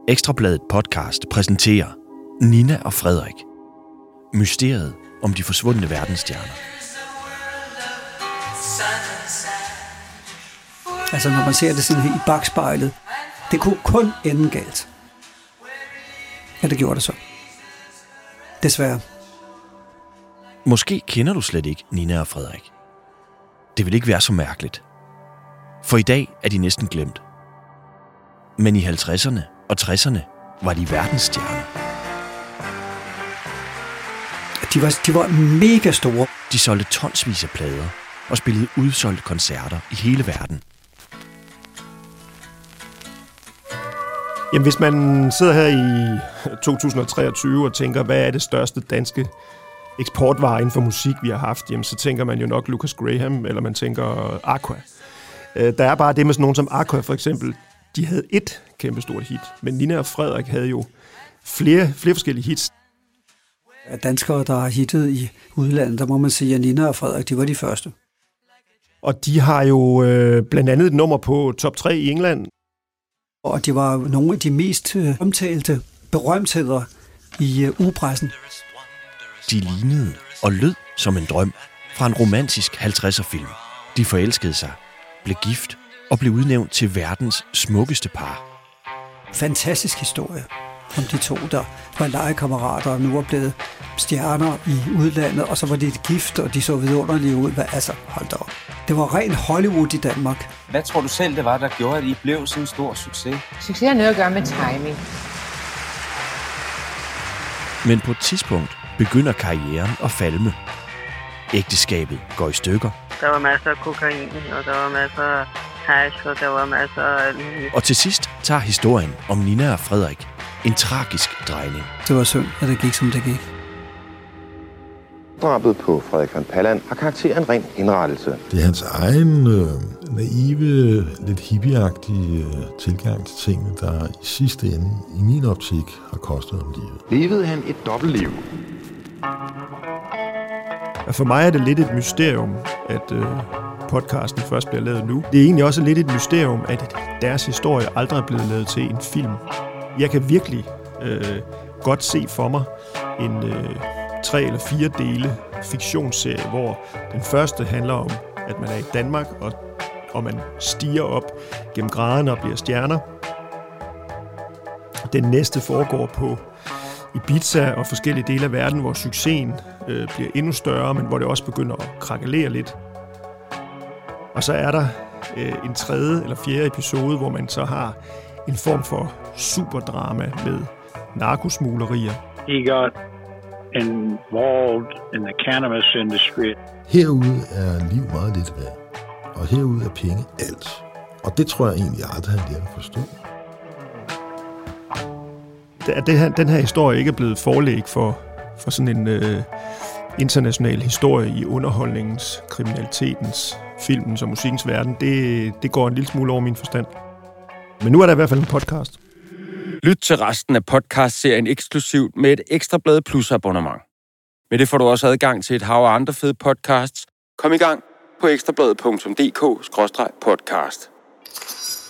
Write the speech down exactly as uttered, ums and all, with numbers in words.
Ekstrabladet podcast præsenterer Nina og Frederik. Mysteriet om de forsvundne verdensstjerner. Altså når man ser det sådan helt i bagspejlet, det kunne kun ende galt. Ja, det gjorde det så. Desværre. Måske kender du slet ikke Nina og Frederik. Det vil ikke være så mærkeligt. For i dag er de næsten glemt. Men i halvtredserne og tresserne var de verdensstjerner. De var, de var mega store. De solgte tonsvis af plader og spillede udsolgte koncerter i hele verden. Jamen, hvis man sidder her i to tusind og treogtyve og tænker, hvad er det største danske eksportvare inden for musik, vi har haft, jamen, så tænker man jo nok Lucas Graham, eller man tænker Aqua. Der er bare det med sådan nogen som Aqua, for eksempel. De havde et kæmpestort hit, men Nina og Frederik havde jo flere, flere forskellige hits. Danskere, der har hittet i udlandet, der må man sige, at Nina og Frederik, de var de første. Og de har jo øh, blandt andet et nummer på top tre i England. Og de var nogle af de mest øh, omtalte berømtheder i øh, ugepressen. De lignede og lød som en drøm fra en romantisk halvtredser-film. De forelskede sig, blev gift og blev udnævnt til verdens smukkeste par. Fantastisk historie om de to, der var legekammerater og nu er blevet stjerner i udlandet, og så var de gift, og de så vidunderlige ud. Altså, hold da op. Det var ren Hollywood i Danmark. Hvad tror du selv, det var, der gjorde, at I blev sådan en stor succes? Succes har noget at gøre med timing. Men på et tidspunkt begynder karrieren at falme. Ægteskabet går i stykker. Der var masser af kokain, og der var masser af hash, og der var masser af... Og til sidst tager historien om Nina og Frederik en tragisk drejning. Det var synd, at det gik, som det gik. Drabet på Frederik von Paland har karakter en ren indrettelse. Det er hans egen øh, naive, lidt hippieagtige øh, tilgang til tingene, der i sidste ende, i min optik, har kostet ham livet. Levede han et dobbeltliv? For mig er det lidt et mysterium, at øh, podcasten først bliver lavet nu. Det er egentlig også lidt et mysterium, at deres historie aldrig er blevet lavet til en film. Jeg kan virkelig øh, godt se for mig en øh, tre eller fire dele fiktionsserie, hvor den første handler om, at man er i Danmark, og, og man stiger op gennem graderne og bliver stjerner. Den næste foregår på Ibiza og forskellige dele af verden, hvor succesen øh, bliver endnu større, men hvor det også begynder at krakelere lidt. Og så er der øh, en tredje eller fjerde episode, hvor man så har en form for superdrama med narkosmuglerier. He got involved in the cannabis industry. Herude er liv meget lidt værd, og herude er penge alt. Og det tror jeg egentlig aldrig, han lærer at forstå. At det her, den her historie ikke er blevet forlæg for, for sådan en øh, international historie i underholdningens, kriminalitetens, filmens og musikkens verden, det, det går en lille smule over min forstand. Men nu er der i hvert fald en podcast. Lyt til resten af podcastserien eksklusivt med et Ekstrabladet Plus abonnement. Med det får du også adgang til et hav af andre fede podcasts. Kom i gang på ekstrabladet punktum d k skråstreg podcast.